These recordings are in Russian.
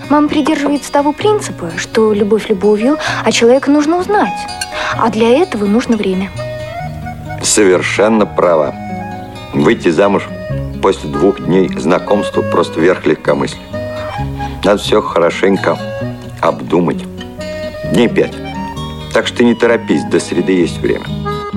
Мама придерживается того принципа, что любовь любовью, а человека нужно узнать. А для этого нужно время. Совершенно права. Выйти замуж после 2 дней знакомства просто верх легкомыслия. Надо все хорошенько обдумать. Дней 5. Так что не торопись, до среды есть время.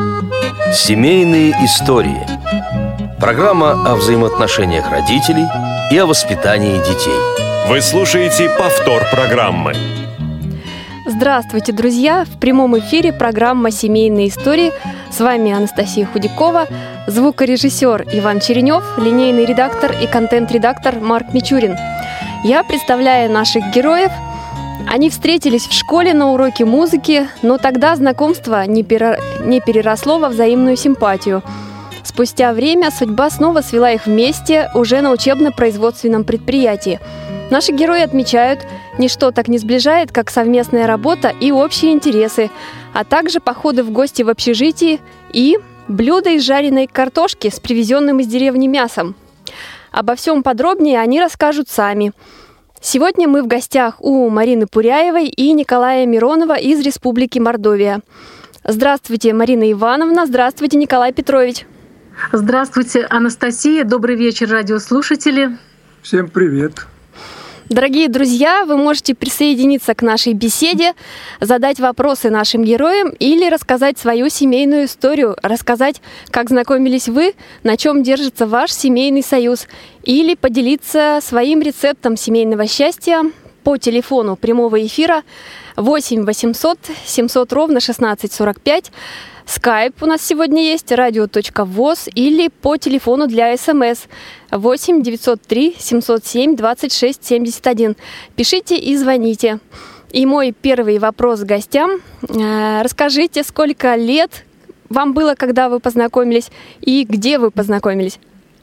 Семейные истории. Программа о взаимоотношениях родителей и о воспитании детей. Вы слушаете повтор программы. Здравствуйте, друзья! В прямом эфире программа «Семейные истории». С вами Анастасия Худякова, звукорежиссер Иван Черенев, линейный редактор и контент-редактор Марк Мичурин. Я представляю наших героев. Они встретились в школе на уроке музыки, но тогда знакомство не переросло во взаимную симпатию. Спустя время судьба снова свела их вместе уже на учебно-производственном предприятии. Наши герои отмечают, ничто так не сближает, как совместная работа и общие интересы, а также походы в гости в общежитии и блюда из жареной картошки с привезенным из деревни мясом. Обо всем подробнее они расскажут сами. Сегодня мы в гостях у Марины Пуряевой и Николая Миронова из Республики Мордовия. Здравствуйте, Марина Ивановна, здравствуйте, Николай Петрович. Здравствуйте, Анастасия, добрый вечер, радиослушатели. Всем привет. Дорогие друзья, вы можете присоединиться к нашей беседе, задать вопросы нашим героям или рассказать свою семейную историю, рассказать, как знакомились вы, на чем держится ваш семейный союз, или поделиться своим рецептом семейного счастья по телефону прямого эфира 8 800 700 ровно 1645. Скайп у нас сегодня есть, radio.voz, или по телефону для СМС 8 903 707 26 71. Пишите и звоните. И мой первый вопрос гостям. Расскажите, сколько лет вам было, когда вы познакомились, и где вы познакомились?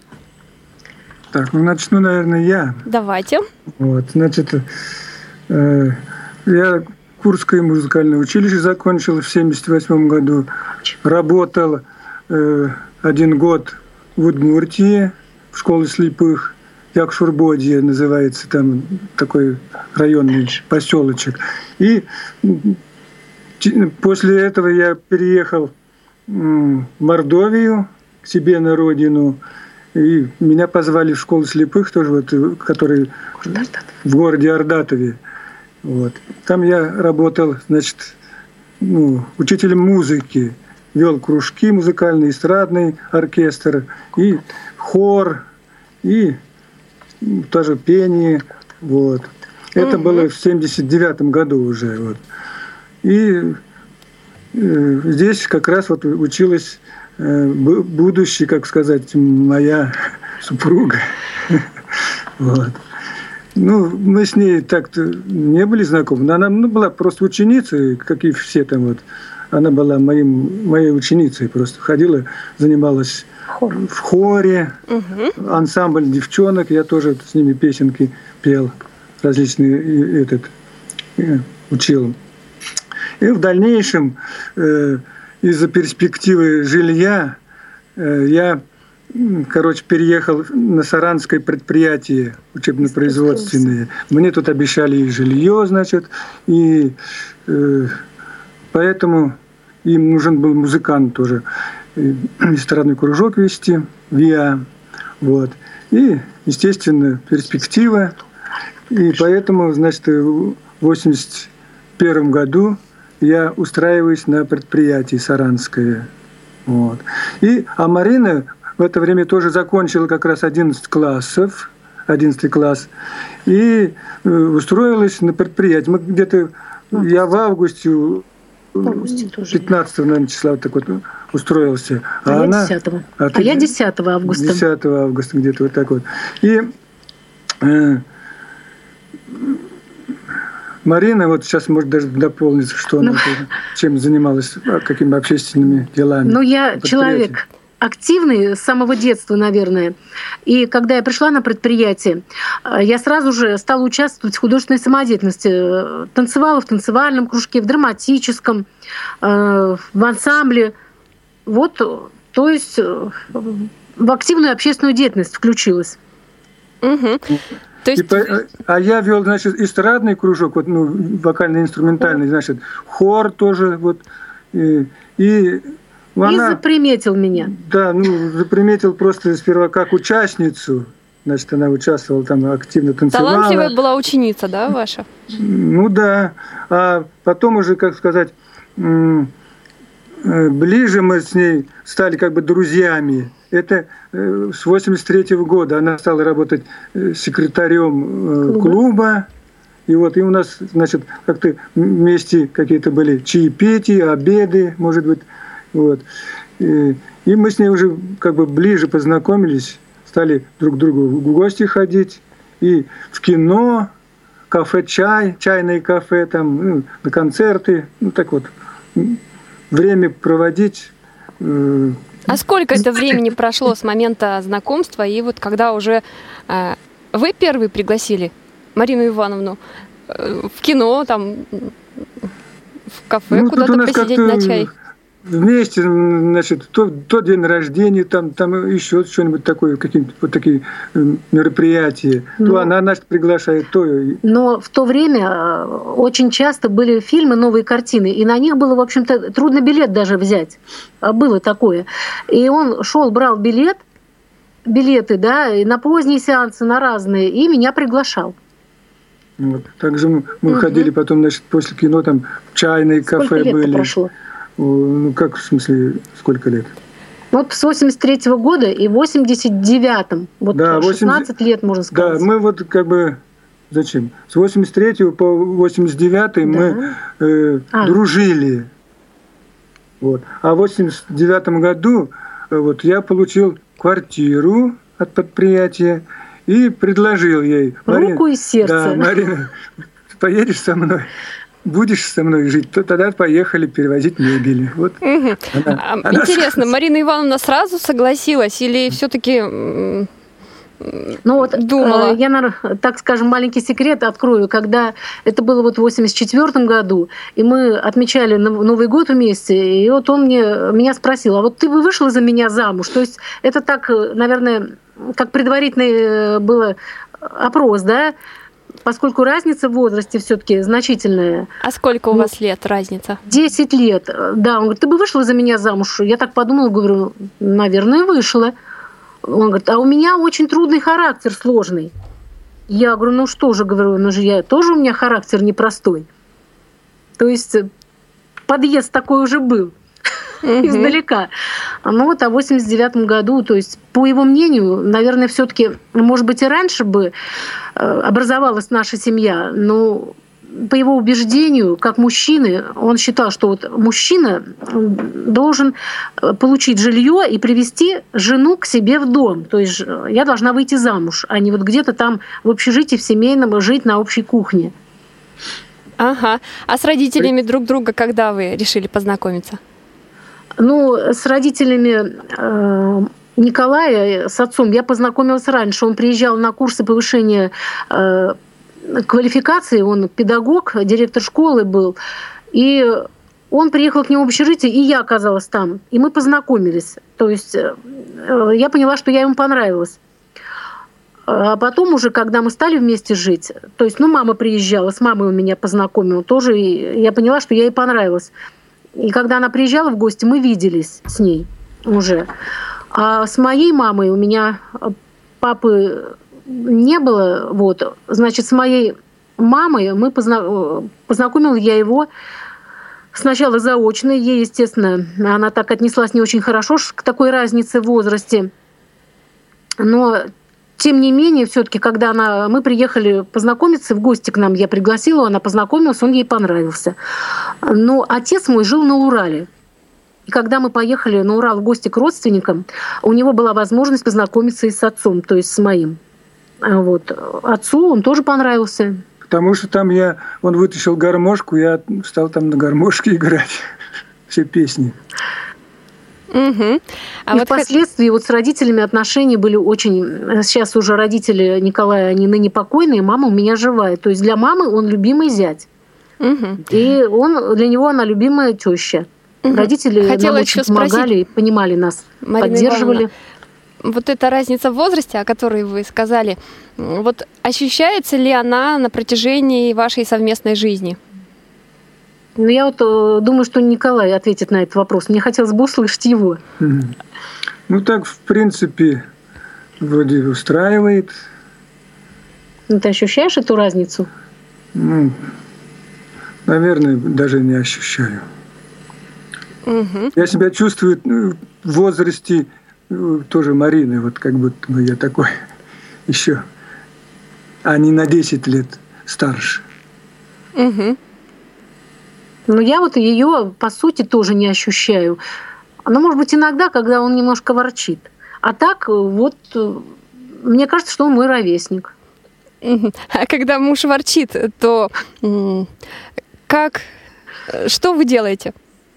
Так, начну, наверное, я. Давайте. Значит, я Курское музыкальное училище закончил в 1978 году. Работал 1 год в Удмуртии, в школе слепых. Якшурбодье называется, там такой районный поселочек. И после этого я переехал в Мордовию, к себе на родину. И меня позвали в школу слепых, тоже который в городе Ардатове. Там я работал, значит, учителем музыки, вел кружки музыкальный, эстрадный оркестр, и хор, и тоже пение. Это было в 1979 году уже. И здесь как раз училась будущая, как сказать, моя супруга. Мы с ней так-то не были знакомы. Она была просто ученицей, как и все там. Она была моей ученицей. Просто ходила, занималась в хоре, ансамбль девчонок. Я тоже с ними песенки пел, различные учил. И в дальнейшем из-за перспективы жилья я переехал на саранское предприятие учебно-производственное. Мне тут обещали и жилье, значит, и поэтому им нужен был музыкант тоже, эстрадный кружок вести, ВИА, И, естественно, перспектива. И поэтому, значит, в 1981 году я устраиваюсь на предприятие саранское. А Марина в это время тоже закончила как раз 11 класс, и устроилась на предприятие. Мы где-то, я в августе 15 наверное, числа устроился. Я 10-го. Я 10 августа. 10 августа где-то И Марина, сейчас может даже дополнить, что она чем занималась, какими общественными делами. Я человек активный с самого детства, наверное. И когда я пришла на предприятие, я сразу же стала участвовать в художественной самодеятельности. Танцевала в танцевальном кружке, в драматическом, в ансамбле. То есть в активную общественную деятельность включилась. Угу. То есть... А я вел, значит, эстрадный кружок, вот, ну, вокально-инструментальный, значит, хор тоже, вот, и она... заприметил меня. Да, ну, заприметил просто сперва как участницу. Значит, она участвовала там, активно танцевала. Талантливая была ученица, да, ваша? Ну да. А потом уже, как сказать, ближе мы с ней стали как бы друзьями. Это с 83-го года она стала работать секретарем клуба. И вот и у нас, значит, как-то вместе какие-то были чаепития, обеды, может быть. Вот. И мы с ней уже как бы ближе познакомились. Стали друг к другу в гости ходить, и в кино, кафе «Чай», чайные кафе, там, ну, на концерты. Ну, так вот, время проводить. А сколько это времени прошло с момента знакомства, и вот когда уже вы первые пригласили Марину Ивановну в кино, там, в кафе, ну, куда-то посидеть на чай? Вместе, значит, то день рождения, там еще что-нибудь такое, какие-то вот такие мероприятия. То она нас приглашает, то... Но в то время очень часто были фильмы, новые картины, и на них было, в общем-то, трудно билет даже взять. Было такое. И он шел, брал билеты, да, и на поздние сеансы, на разные, и меня приглашал. Вот. Также мы ходили потом, значит, после кино, там чайные кафе были. Сколько лет прошло? Ну, как, в смысле, сколько лет? Вот с 83-го года и в 89-м. Вот да, 16 лет, можно сказать. Да, мы вот как бы... Зачем? С 83-го по 89-й мы дружили. Вот. А в 89-м году вот, я получил квартиру от предприятия и предложил ей... Руку и сердце. Да, Марина, поедешь со мной? Будешь со мной жить, то тогда поехали перевозить мебель. Вот. Интересно, Марина Ивановна сразу согласилась или все-таки думала? Я, наверное, так скажем, маленький секрет открою. Когда это было вот в 84 году, и мы отмечали Новый год вместе, и вот он меня спросил, а вот ты бы вышла за меня замуж? То есть это так, наверное, как предварительный был опрос, да? Поскольку разница в возрасте все-таки значительная. А сколько у вас лет разница? 10 лет. Да, он говорит, ты бы вышла за меня замуж? Я так подумала, говорю, наверное, вышла. Он говорит, а у меня очень трудный характер, сложный. Я говорю, ну что же, говорю, ну же я тоже у меня характер непростой. То есть подъезд такой уже был. Издалека. Ну вот, а в 89-м году, то есть, по его мнению, наверное, все-таки, может быть, и раньше бы образовалась наша семья, но по его убеждению, как мужчины, он считал, что вот мужчина должен получить жилье и привести жену к себе в дом. То есть я должна выйти замуж, а не вот где-то там в общежитии, в семейном жить на общей кухне. Ага. А с родителями друг друга когда вы решили познакомиться? Ну, с родителями Николая, с отцом, я познакомилась раньше. Он приезжал на курсы повышения квалификации, он педагог, директор школы был. И он приехал к нему в общежитие, и я оказалась там. И мы познакомились. То есть я поняла, что я ему понравилась. А потом уже, когда мы стали вместе жить, то есть, ну, мама приезжала, с мамой он меня познакомил тоже, и я поняла, что я ей понравилась. И когда она приезжала в гости, мы виделись с ней уже. А с моей мамой у меня папы не было. Вот. Значит, с моей мамой мы познакомила я его сначала заочно. Ей, естественно, она так отнеслась не очень хорошо к такой разнице в возрасте. Но тем не менее, все-таки, когда мы приехали познакомиться, в гости к нам я пригласила, она познакомилась, он ей понравился. Но отец мой жил на Урале. И когда мы поехали на Урал в гости к родственникам, у него была возможность познакомиться и с отцом, то есть с моим. Вот. Отцу он тоже понравился. Потому что там он вытащил гармошку, я стал там на гармошке играть все песни. Угу. И впоследствии вот с родителями отношения были очень... Сейчас уже родители Николая, они ныне покойные, мама у меня живая. То есть для мамы он любимый зять. Угу. И для него она любимая теща. Угу. Родители нам очень помогали и понимали нас, Марина поддерживали. Ивановна, вот эта разница в возрасте, о которой вы сказали, вот ощущается ли она на протяжении вашей совместной жизни? Ну, я вот думаю, что Николай ответит на этот вопрос. Мне хотелось бы услышать его. Ну, так, в принципе, вроде устраивает. Ну, ты ощущаешь эту разницу? Ну, наверное, даже не ощущаю. Угу. Я себя чувствую в возрасте тоже Марины, вот как будто бы я такой еще, а не на 10 лет старше. Угу. Но я вот ее, по сути, тоже не ощущаю. Но, может быть, иногда, когда он немножко ворчит. А так, вот, мне кажется, что он мой ровесник. А когда муж ворчит, то что вы делаете?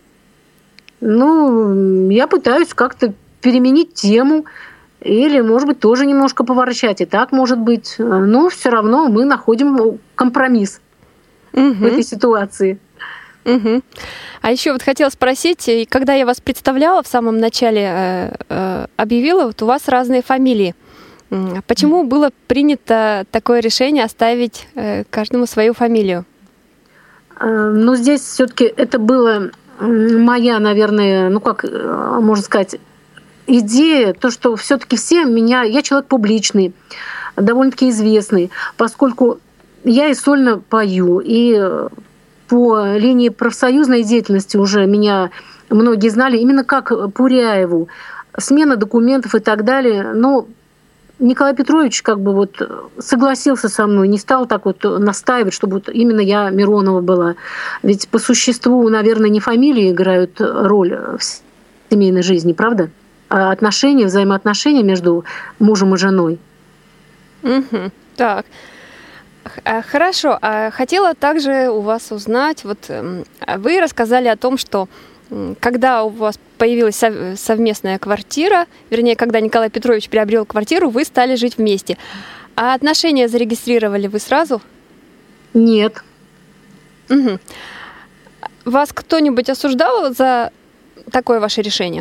Ну, я пытаюсь как-то переменить тему или, может быть, тоже немножко поворчать. И так может быть. Но все равно мы находим компромисс в этой ситуации. Угу. А еще вот хотела спросить, когда я вас представляла в самом начале, объявила, вот у вас разные фамилии. Почему было принято такое решение оставить каждому свою фамилию? Ну, здесь все-таки это было моя, наверное, ну как можно сказать, идея, то, что все-таки я человек публичный, довольно-таки известный, поскольку я и сольно пою, и по линии профсоюзной деятельности уже меня многие знали именно как Пуряеву, смена документов и так далее. Но Николай Петрович как бы вот согласился со мной, не стал так вот настаивать, чтобы вот именно я Миронова была. Ведь по существу, наверное, не фамилии играют роль в семейной жизни, правда? А взаимоотношения между мужем и женой. Угу. Так. Хорошо. Хотела также у вас узнать, вот вы рассказали о том, что когда у вас появилась совместная квартира, вернее, когда Николай Петрович приобрел квартиру, вы стали жить вместе. А отношения зарегистрировали вы сразу? Нет. Угу. Вас кто-нибудь осуждал за такое ваше решение?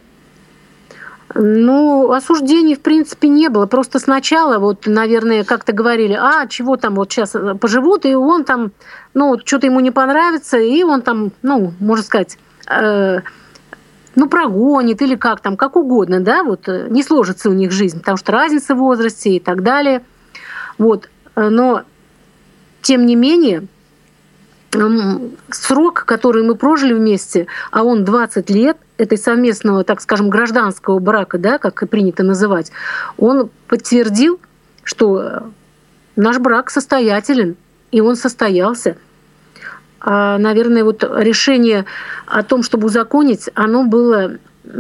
Ну, осуждений, в принципе, не было. Просто сначала, вот, наверное, как-то говорили, чего там вот сейчас поживут, и он там, ну, что-то ему не понравится, и он там, ну, можно сказать, прогонит или как угодно, да, вот, не сложится у них жизнь, потому что разница в возрасте и так далее. Вот. Но, тем не менее, срок, который мы прожили вместе, а он 20 лет, этой совместного, так скажем, гражданского брака, да, как и принято называть, он подтвердил, что наш брак состоятелен, и он состоялся. А, наверное, вот решение о том, чтобы узаконить, оно было,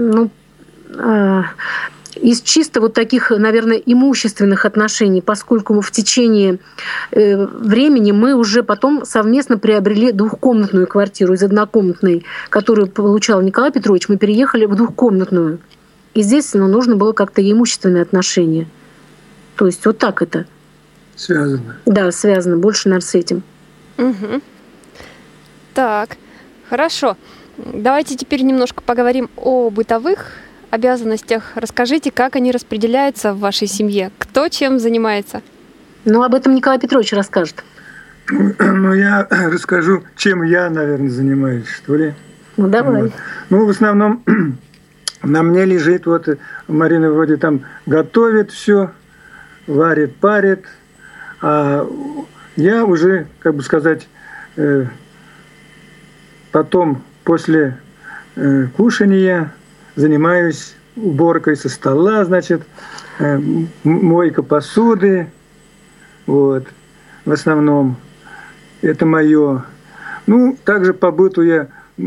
из чисто вот таких, наверное, имущественных отношений, поскольку в течение времени мы уже потом совместно приобрели двухкомнатную квартиру из однокомнатной, которую получал Николай Петрович, мы переехали в двухкомнатную. И здесь нужно было как-то имущественные отношения. То есть вот так это. Связано. Да, связано. Больше, наверное, с этим. Угу. Так, хорошо. Давайте теперь немножко поговорим о бытовых обязанностях. Расскажите, как они распределяются в вашей семье? Кто чем занимается? Ну, об этом Николай Петрович расскажет. Ну, я расскажу, чем я, наверное, занимаюсь, что ли. Ну, давай. Вот. Ну, в основном на мне лежит, вот Марина вроде там готовит все, варит, парит, а я уже, как бы сказать, потом после кушания занимаюсь уборкой со стола, значит, мойка посуды, вот, в основном это мое. Ну, также по быту я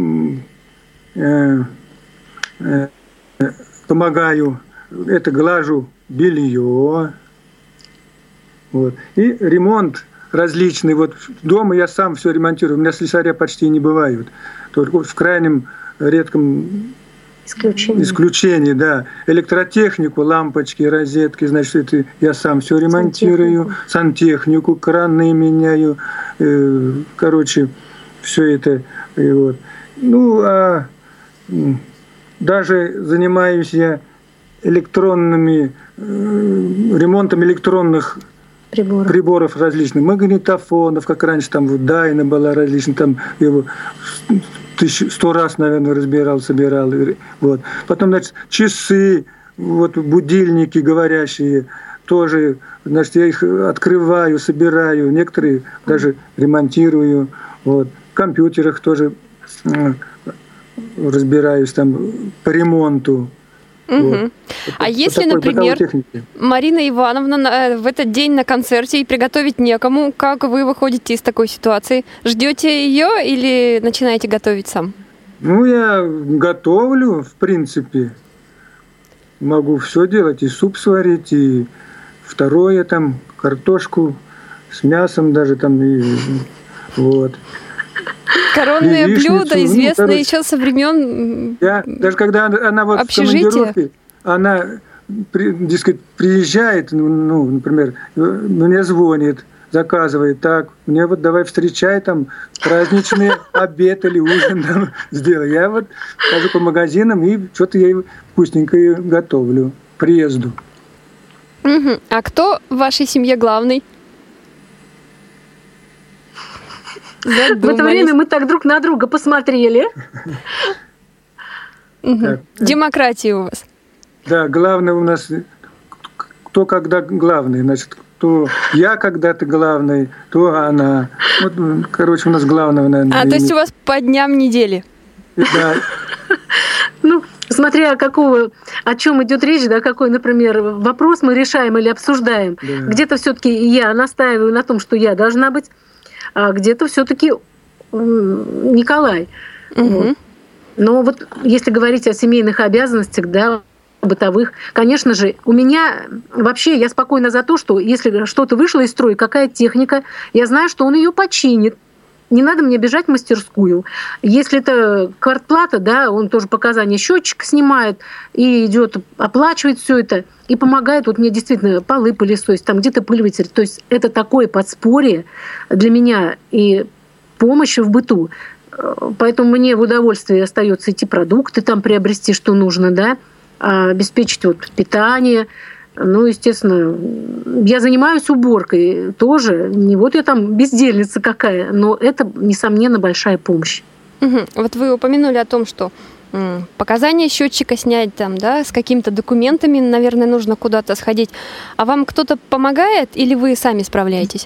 помогаю, это глажу белье, вот, и ремонт различный. Вот дома я сам все ремонтирую, у меня слесаря почти не бывает, только в крайнем редком исключение, да. Электротехнику, лампочки, розетки, значит, это я сам все ремонтирую. Сантехнику, краны меняю. Короче, все это. И вот. Ну, а даже занимаюсь я ремонтом электронных приборов различных, магнитофонов, как раньше там вот Дайна была различная, там его 100 раз, наверное, разбирал, собирал. Вот. Потом, значит, часы, вот будильники говорящие, тоже, значит, я их открываю, собираю, некоторые даже ремонтирую. Вот. В компьютерах тоже разбираюсь там по ремонту. Вот. А если, например, Марина Ивановна в этот день на концерте и приготовить некому, как вы выходите из такой ситуации? Ждете ее или начинаете готовить сам? Ну, я готовлю, в принципе. Могу все делать, и суп сварить, и второе, там, картошку с мясом даже там, и вот. Коронное блюдо, известное еще со времен даже когда она вот в командировке, она, дескать, приезжает, ну, например, мне звонит, заказывает, так, мне вот давай встречай там праздничный обед или ужин там сделай. Я вот хожу по магазинам и что-то я вкусненькое готовлю к приезду. А кто в вашей семье главный? В это время мы так друг на друга посмотрели. Демократия у вас. Да, главное у нас, кто когда главный, значит, то я когда-то главный, то она. Вот, короче, у нас главного, наверное. То есть у вас по дням недели? Да. Ну, смотря о чем идет речь, да, какой, например, вопрос мы решаем или обсуждаем. Да. Где-то все-таки я настаиваю на том, что я должна быть, а где-то все-таки Николай. Вот. Но вот если говорить о семейных обязанностях, да, бытовых, конечно же, у меня вообще я спокойна за то, что если что-то вышло из строя, какая техника, я знаю, что он ее починит. Не надо мне бежать в мастерскую. Если это квартплата, да, он тоже показания счетчика снимает и идет, оплачивает все это и помогает. Вот мне действительно полы пылесосить, там где-то пыль вытереть. То есть это такое подспорье для меня и помощь в быту. Поэтому мне в удовольствие остается идти продукты там приобрести, что нужно, да, обеспечить вот питание. Ну, естественно, я занимаюсь уборкой тоже. Не вот я там бездельница какая, но это, несомненно, большая помощь. Вот вы упомянули о том, что показания счетчика снять там, да, с какими-то документами, наверное, нужно куда-то сходить. А вам кто-то помогает или вы сами справляетесь?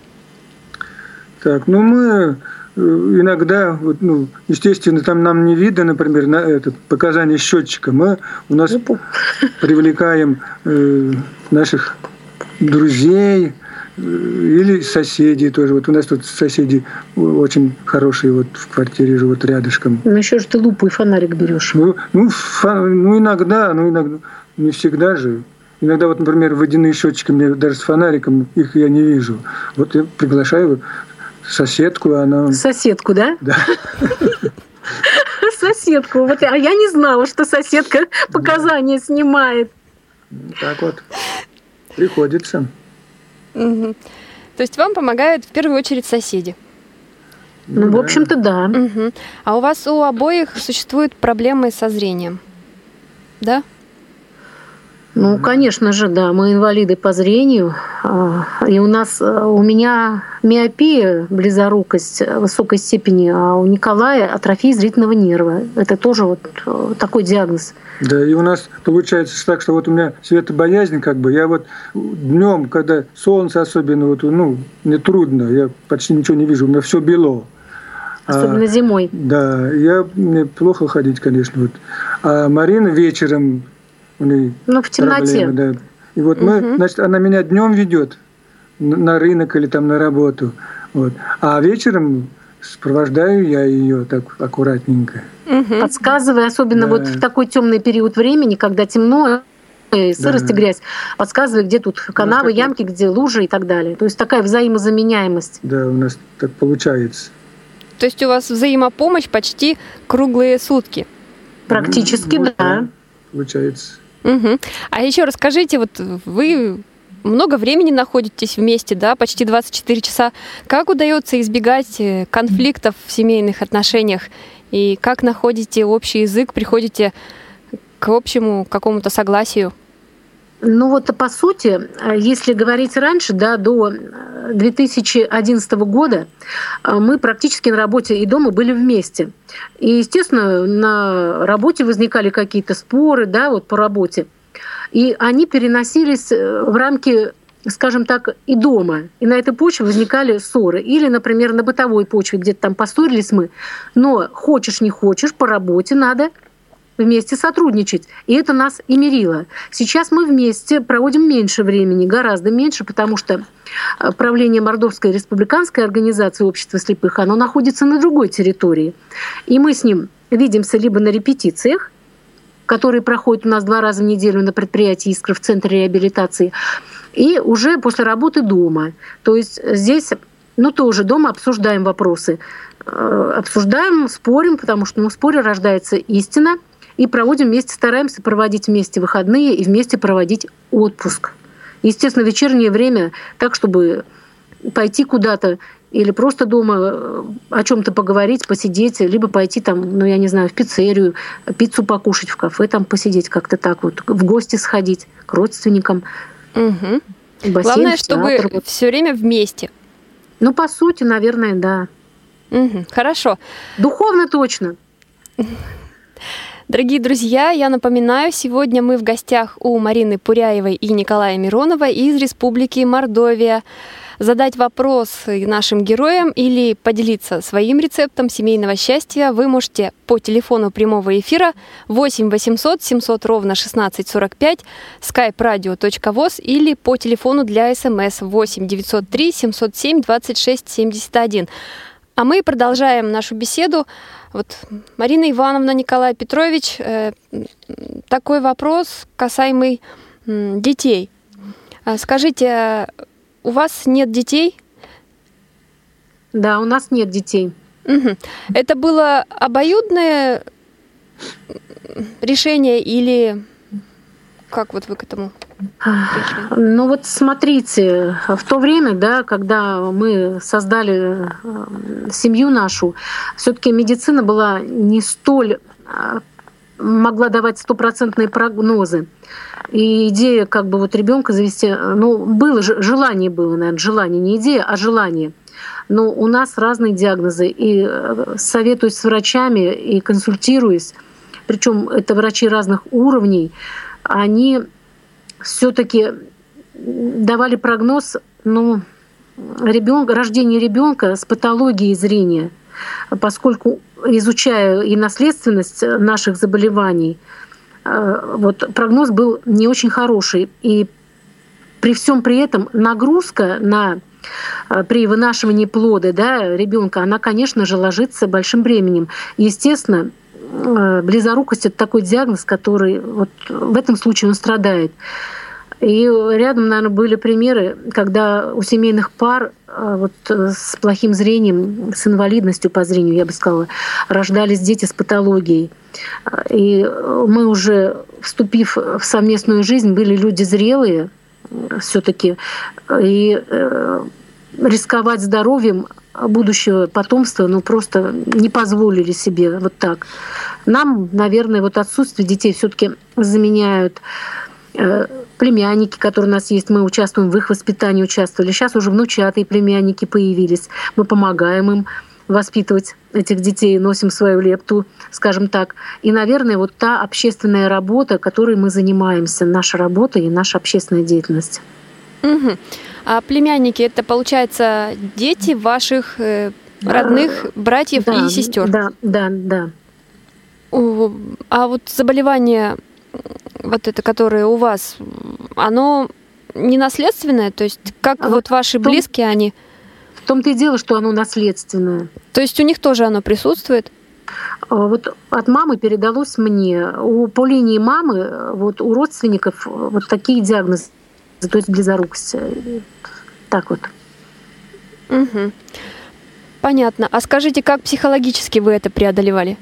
Так, ну мы иногда, вот, ну, естественно, там нам не видно, например, на это показания счетчика. Мы у нас привлекаем наших друзей или соседей тоже. Вот у нас тут соседи очень хорошие вот в квартире живут рядышком. Ну еще же ты лупу и фонарик берешь. Ну иногда, не всегда же. Иногда вот, например, водяные счетчики мне даже с фонариком их я не вижу. Вот я приглашаю соседку, она... Соседку, да? Да. Соседку. Вот, а я не знала, что соседка показания снимает. Так вот. Приходится. То есть вам помогают в первую очередь соседи? Ну, в общем-то, да. А у вас у обоих существуют проблемы со зрением? Да? Ну, конечно же, да. Мы инвалиды по зрению. И у меня миопия, близорукость высокой степени, а у Николая атрофия зрительного нерва. Это тоже вот такой диагноз. Да, и у нас получается так, что вот у меня светобоязнь, как бы, я вот днем, когда солнце особенно, вот, ну, мне трудно, я почти ничего не вижу, у меня все бело. Особенно зимой. Да, мне плохо ходить, конечно. Вот. А Марина вечером... в темноте. Проблемы, да. И вот значит, она меня днем ведет на рынок или там на работу. Вот. А вечером сопровождаю я ее так аккуратненько. Подсказывая, особенно вот в такой темный период времени, когда темно, и сырость и грязь, подсказывая, где тут канавы, ямки, где лужи и так далее. То есть такая взаимозаменяемость. Да, у нас так получается. То есть у вас взаимопомощь почти круглые сутки? Практически, вот, да. Получается. А еще расскажите, вот вы много времени находитесь вместе, да, почти 24 часа. Как удается избегать конфликтов в семейных отношениях? И как находите общий язык, приходите к общему какому-то согласию? Ну вот, по сути, если говорить раньше, да, до 2011 года мы практически на работе и дома были вместе. И, естественно, на работе возникали какие-то споры, да, вот по работе. И они переносились в рамки, скажем так, и дома. И на этой почве возникали ссоры. Или, например, на бытовой почве, где-то там поссорились мы. Но хочешь, не хочешь, по работе надо вместе сотрудничать. И это нас и мирило. Сейчас мы вместе проводим меньше времени, гораздо меньше, потому что правление Мордовской республиканской организации общества слепых, оно находится на другой территории. И мы с ним видимся либо на репетициях, которые проходят у нас 2 раза в неделю на предприятии «Искра» в Центре реабилитации, и уже после работы дома. То есть здесь, тоже дома обсуждаем вопросы. Обсуждаем, спорим, потому что в споре рождается истина, и проводим вместе, стараемся проводить вместе выходные и вместе проводить отпуск. Естественно, вечернее время так, чтобы пойти куда-то или просто дома о чем-то поговорить, посидеть, либо пойти там, я не знаю, в пиццерию, пиццу покушать, в кафе там посидеть, как-то так вот, в гости сходить к родственникам. Угу. Бассейн, главное, театр, чтобы все время вместе. По сути, наверное, да. Угу. Хорошо. Духовно точно. Дорогие друзья, я напоминаю, сегодня мы в гостях у Марины Пуряевой и Николая Миронова из Республики Мордовия. Задать вопрос нашим героям или поделиться своим рецептом семейного счастья вы можете по телефону прямого эфира 8 800 700 ровно 1645, skype-radio.voz или по телефону для СМС 8 903 707 26 71. А мы продолжаем нашу беседу. Вот, Марина Ивановна, Николай Петрович, такой вопрос, касаемый детей. Скажите, у вас нет детей? Да, у нас нет детей. Угу. Это было обоюдное решение или как вот вы к этому пришли? Смотрите, в то время, да, когда мы создали семью нашу, все-таки медицина была не столь могла давать стопроцентные прогнозы. И идея ребенка завести, было желание было, наверное, желание, не идея, а желание. Но у нас разные диагнозы, и советуюсь с врачами и консультируюсь, причем это врачи разных уровней, они все-таки давали прогноз, рождение ребенка с патологией зрения, поскольку изучая и наследственность наших заболеваний, прогноз был не очень хороший. И при всем при этом нагрузка при вынашивании плода, да, ребенка, она, конечно же, ложится большим бременем. Естественно, близорукость — это такой диагноз, который в этом случае он страдает. И рядом, наверное, были примеры, когда у семейных пар с плохим зрением, с инвалидностью по зрению, я бы сказала, рождались дети с патологией. И мы уже, вступив в совместную жизнь, были люди зрелые все-таки, и рисковать здоровьем будущего потомства просто не позволили себе вот так. Нам, наверное, отсутствие детей все-таки заменяют племянники, которые у нас есть, мы участвуем в их воспитании, участвовали. Сейчас уже внучатые племянники появились. Мы помогаем им воспитывать этих детей, носим свою лепту, скажем так. И, наверное, та общественная работа, которой мы занимаемся, наша работа и наша общественная деятельность. Угу. А племянники — это, получается, дети ваших родных братьев и сестер? Да. А заболевание это, которое у вас, оно не наследственное? То есть как ваши близкие, они... В том-то и дело, что оно наследственное. То есть у них тоже оно присутствует? От мамы передалось мне. По линии мамы, у родственников такие диагнозы, то есть близорукость. Так вот. Угу. Понятно. А скажите, как психологически вы это преодолевали?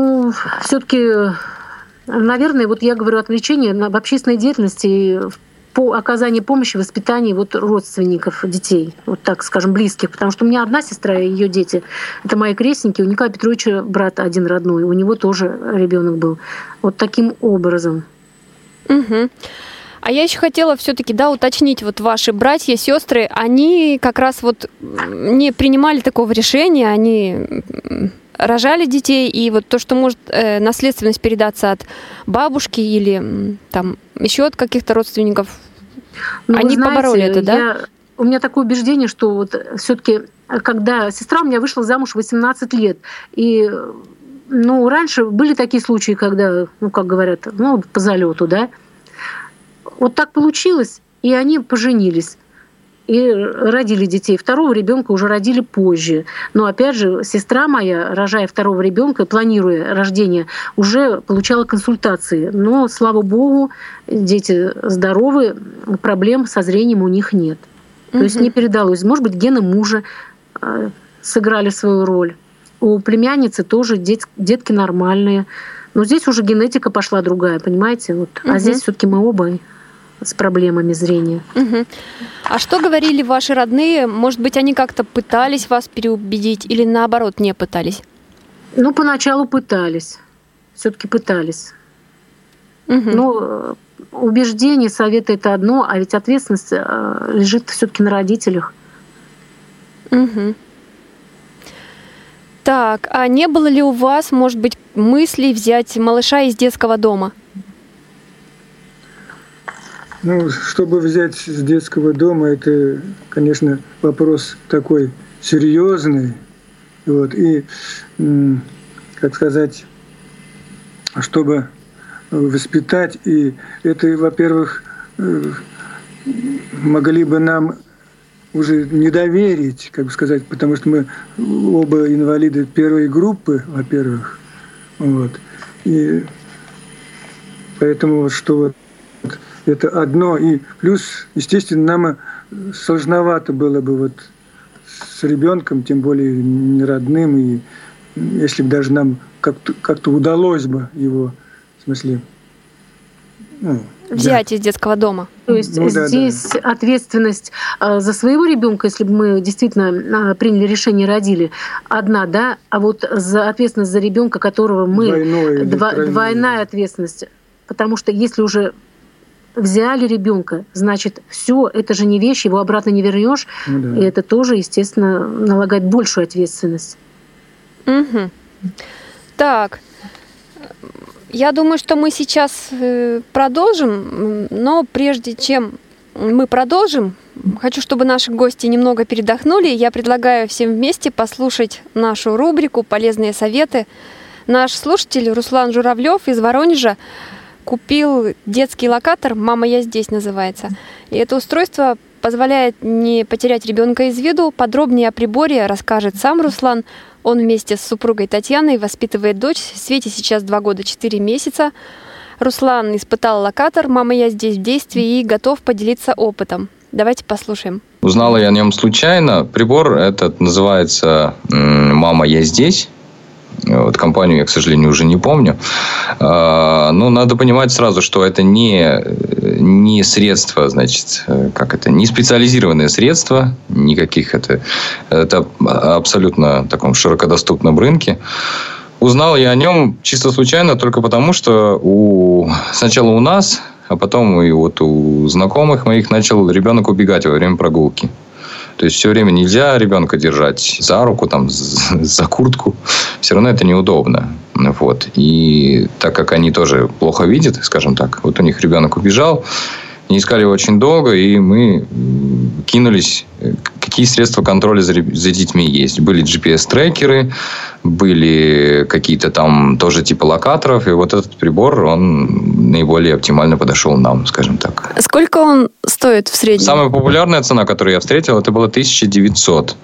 Все-таки, наверное, я говорю, отвлечение в общественной деятельности, по оказанию помощи в воспитании вот родственников детей, вот так скажем, близких. Потому что у меня одна сестра и ее дети, это мои крестники, у Николая Петровича брат один родной, у него тоже ребенок был. Вот таким образом. Угу. А я еще хотела все-таки, уточнить, вот ваши братья, сестры, они как раз вот не принимали такого решения, они рожали детей, и вот то, что может наследственность передаться от бабушки или там еще от каких-то родственников, они побороли это, да? У меня такое убеждение, что вот все-таки, когда сестра у меня вышла замуж в 18 лет, и раньше были такие случаи, когда, как говорят, по залету, да, вот так получилось, и они поженились. И родили детей. Второго ребенка уже родили позже. Но опять же, сестра моя, рожая второго ребенка, планируя рождение, уже получала консультации. Но, слава богу, дети здоровы, проблем со зрением у них нет. То есть не передалось. Может быть, гены мужа сыграли свою роль. У племянницы тоже детки нормальные. Но здесь уже генетика пошла другая, понимаете? Вот. А здесь все-таки мы оба с проблемами зрения. А что говорили ваши родные? Может быть, они как-то пытались вас переубедить или наоборот не пытались? Поначалу пытались. Все-таки пытались. Но убеждение, советы — это одно, а ведь ответственность лежит все-таки на родителях. Так, а не было ли у вас, может быть, мыслей взять малыша из детского дома? Чтобы взять с детского дома, это, конечно, вопрос такой серьезный. Вот. И, как сказать, чтобы воспитать, и это, во-первых, могли бы нам уже не доверить, как бы сказать, потому что мы оба инвалиды первой группы, во-первых. Вот. И поэтому что это одно. И плюс, естественно, нам сложновато было бы с ребенком, тем более не родным, и если бы даже нам как-то удалось бы его, в смысле, взять из детского дома. То есть здесь ответственность за своего ребенка, если бы мы действительно приняли решение, родили, одна, да, а вот за ответственность за ребенка, которого мы двойная ответственность, потому что если уже взяли ребенка, значит, все, это же не вещь, его обратно не вернешь, и это тоже, естественно, налагает большую ответственность. Так. Я думаю, что мы сейчас продолжим, но прежде чем мы продолжим, хочу, чтобы наши гости немного передохнули. Я предлагаю всем вместе послушать нашу рубрику «Полезные советы». Наш слушатель Руслан Журавлев из Воронежа купил детский локатор «Мама, я здесь» называется. И это устройство позволяет не потерять ребенка из виду. Подробнее о приборе расскажет сам Руслан. Он вместе с супругой Татьяной воспитывает дочь. Свете сейчас 2 года 4 месяца. Руслан испытал локатор «Мама, я здесь» в действии и готов поделиться опытом. Давайте послушаем. Узнала я о нем случайно. Прибор этот называется «Мама, я здесь». Вот компанию я, к сожалению, уже не помню. Но надо понимать сразу, что это не средство, значит, не специализированное средство, никаких это абсолютно в таком широкодоступном рынке. Узнал я о нем чисто случайно только потому, что сначала у нас, а потом и у знакомых моих начал ребенок убегать во время прогулки. То есть все время нельзя ребенка держать за руку, за куртку. Все равно это неудобно. Вот. И так как они тоже плохо видят, скажем так, у них ребенок убежал, не искали его очень долго, и мы кинулись, какие средства контроля за детьми есть. Были GPS-трекеры, были какие-то там тоже типа локаторов, и вот этот прибор, он наиболее оптимально подошел нам, скажем так. Сколько он стоит в среднем? Самая популярная цена, которую я встретил, это было 1900.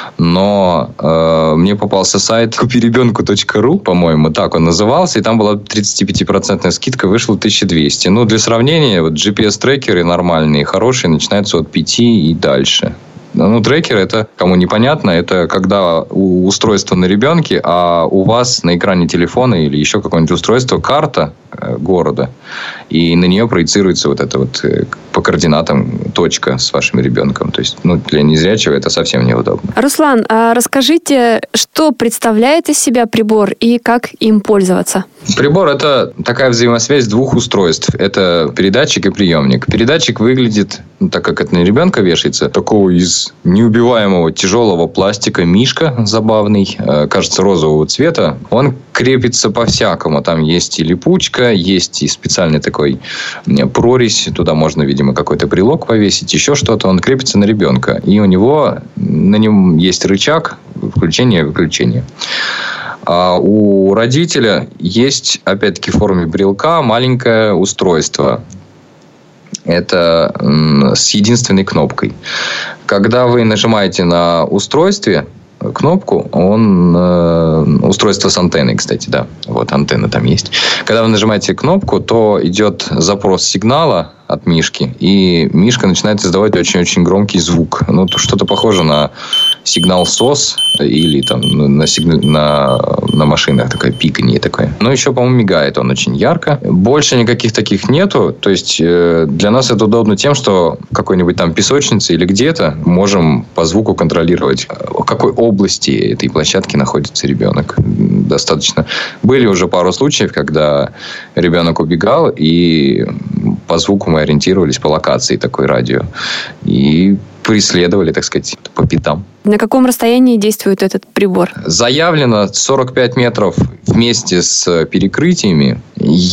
Но мне попался сайт купиребенку.ру, по-моему, так он назывался, и там была 35% скидка, вышла 1200. Ну, для сравнения, GPS-трекеры нормальные, хорошие, начинаются от 5 и дальше. Трекер, это, кому непонятно, это когда устройство на ребенке, а у вас на экране телефона или еще какое-нибудь устройство карта города. И на нее проецируется вот эта вот по координатам точка с вашим ребенком. То есть, для незрячего это совсем неудобно. Руслан, а расскажите, что представляет из себя прибор и как им пользоваться? Прибор – это такая взаимосвязь двух устройств. Это передатчик и приемник. Передатчик выглядит, так как это на ребенка вешается, такого из неубиваемого тяжелого пластика мишка забавный, кажется, розового цвета. Он крепится по-всякому. Там есть и липучка, есть и специальный такой прорезь. Туда можно, видимо, какой-то брелок повесить, еще что-то. Он крепится на ребенка. И на нем есть рычаг включения и выключения. А у родителя есть, опять-таки, в форме брелка маленькое устройство. Это с единственной кнопкой. Когда вы нажимаете на устройстве кнопку, устройство с антенной, кстати, да. Вот антенна там есть. Когда вы нажимаете кнопку, то идет запрос сигнала от мишки, и мишка начинает издавать очень-очень громкий звук. Что-то похоже на сигнал СОС или там на машинах такое пиканье такое. Но еще, по-моему, мигает он очень ярко. Больше никаких таких нету. То есть для нас это удобно тем, что в какой-нибудь там песочнице или где-то можем по звуку контролировать, в какой области этой площадки находится ребенок. Достаточно. Были уже пару случаев, когда ребенок убегал, и по звуку мы ориентировались по локации такой радио. И преследовали, так сказать, по пятам. На каком расстоянии действует этот прибор? Заявлено 45 метров вместе с перекрытиями.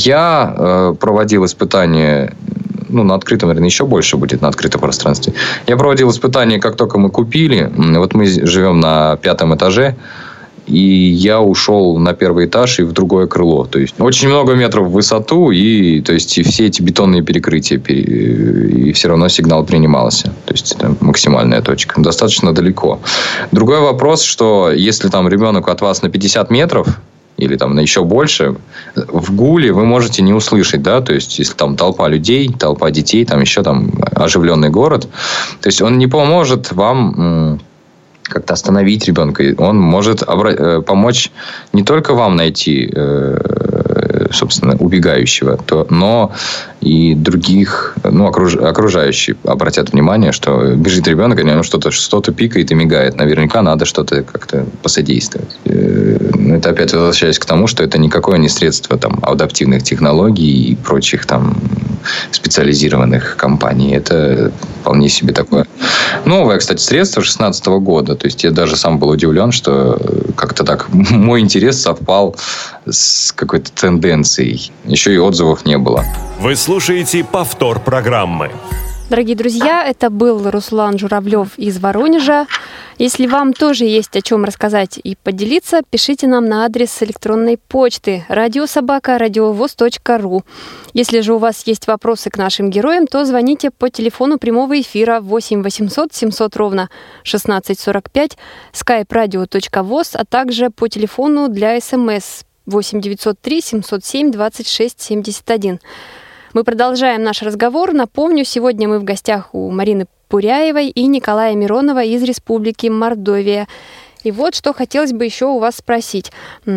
Я проводил испытания, на открытом, наверное, еще больше будет на открытом пространстве. Я проводил испытания, как только мы купили. Вот мы живем на 5-м этаже. И я ушел на 1-й этаж и в другое крыло. То есть очень много метров в высоту, и все эти бетонные перекрытия, и все равно сигнал принимался. То есть это максимальная точка. Достаточно далеко. Другой вопрос, что если там ребенок от вас на 50 метров, или там на еще больше, в гуле вы можете не услышать, да, то есть если там толпа людей, толпа детей, там еще там оживленный город, то есть он не поможет вам как-то остановить ребенка. Он может помочь не только вам найти, собственно, убегающего, но и других, окружающие обратят внимание, что бежит ребенок, и что-то пикает и мигает. Наверняка надо что-то как-то посодействовать. Это опять возвращаясь к тому, что это никакое не средство там адаптивных технологий и прочих там специализированных компаний. Это вполне себе такое новое, кстати, средство 2016 года. То есть я даже сам был удивлен, что как-то так мой интерес совпал с какой-то тенденцией. Еще и отзывов не было. Вы слушаете повтор программы. Дорогие друзья, это был Руслан Журавлев из Воронежа. Если вам тоже есть о чем рассказать и поделиться, пишите нам на адрес электронной почты radio@radiovoz.ru. Если же у вас есть вопросы к нашим героям, то звоните по телефону прямого эфира 8 800 700 ровно 1645, skype-radio.voz, а также по телефону для СМС 8 903 707 26 71. Мы продолжаем наш разговор. Напомню, сегодня мы в гостях у Марины Пуряевой и Николая Миронова из Республики Мордовия. И вот что хотелось бы еще у вас спросить.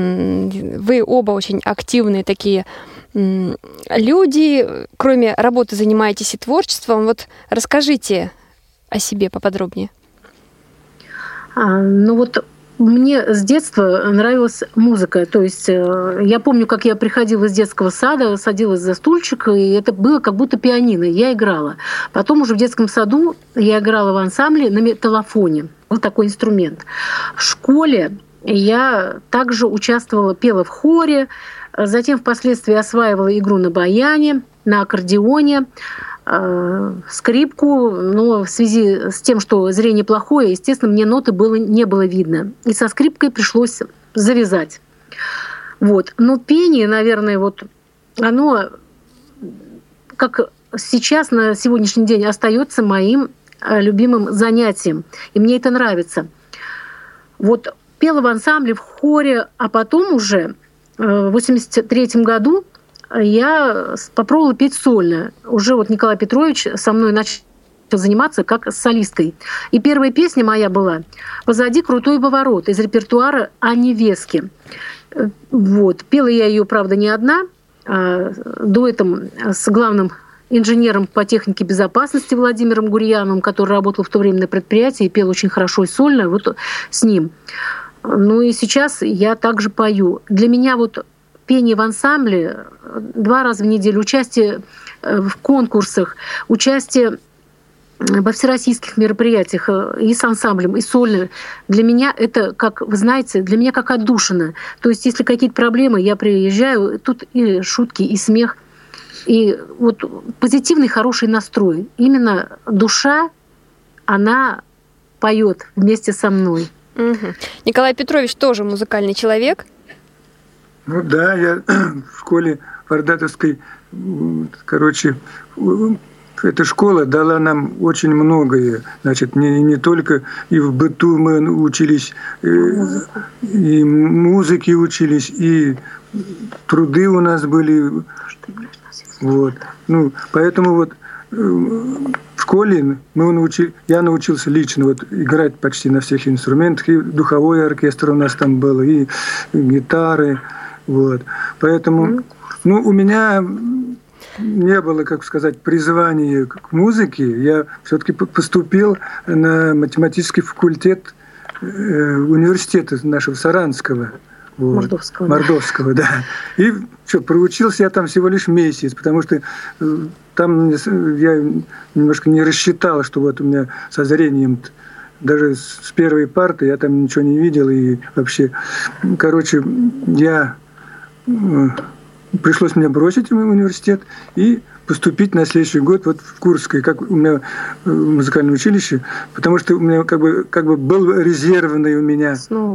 Вы оба очень активные такие люди. Кроме работы занимаетесь и творчеством. Вот расскажите о себе поподробнее. Мне с детства нравилась музыка. То есть я помню, как я приходила из детского сада, садилась за стульчик, и это было как будто пианино. Я играла. Потом уже в детском саду я играла в ансамбле на металлофоне. Вот такой инструмент. В школе я также участвовала, пела в хоре. Затем впоследствии осваивала игру на баяне, на аккордеоне, скрипку, но в связи с тем, что зрение плохое, естественно, мне ноты не было видно. И со скрипкой пришлось завязать. Но пение, наверное, оно, как сейчас, на сегодняшний день, остается моим любимым занятием. И мне это нравится. Пела в ансамбле, в хоре, а потом уже в 1983 году я попробовала петь сольно. Уже Николай Петрович со мной начал заниматься как с солисткой. И первая песня моя была «Позади крутой поворот» из репертуара Анни Вески. Пела я ее, правда, не одна. дуэтом с главным инженером по технике безопасности Владимиром Гурьяновым, который работал в то время на предприятии и пел очень хорошо и сольно, вот с ним. Ну и сейчас я также пою. Для меня вот пение в ансамбле 2 раза в неделю, участие в конкурсах, участие во всероссийских мероприятиях и с ансамблем, и сольно. Для меня это, как вы знаете, для меня как отдушина. То есть если какие-то проблемы, я приезжаю, тут и шутки, и смех, и вот позитивный, хороший настрой. Именно душа, она поет вместе со мной. Угу. Николай Петрович тоже музыкальный человек? Ну да, я в школе Вардатовской, эта школа дала нам очень многое. Значит, не только и в быту мы учились, и музыке учились, и труды у нас были. Вот. Ну, поэтому вот в школе я научился лично вот играть почти на всех инструментах. И духовой оркестр у нас там был, и гитары. Вот. Поэтому у меня не было, как сказать, призвания к музыке. Я все-таки поступил на математический факультет университета нашего Саранского. Вот, Мордовского, да. И проучился я там всего лишь месяц, потому что там я немножко не рассчитал, что вот у меня со зрением, даже с первой парты я там ничего не видел. И вообще, пришлось мне бросить университет и поступить на следующий год вот в Курское, как у меня музыкальное училище, потому что у меня как бы был резервный у меня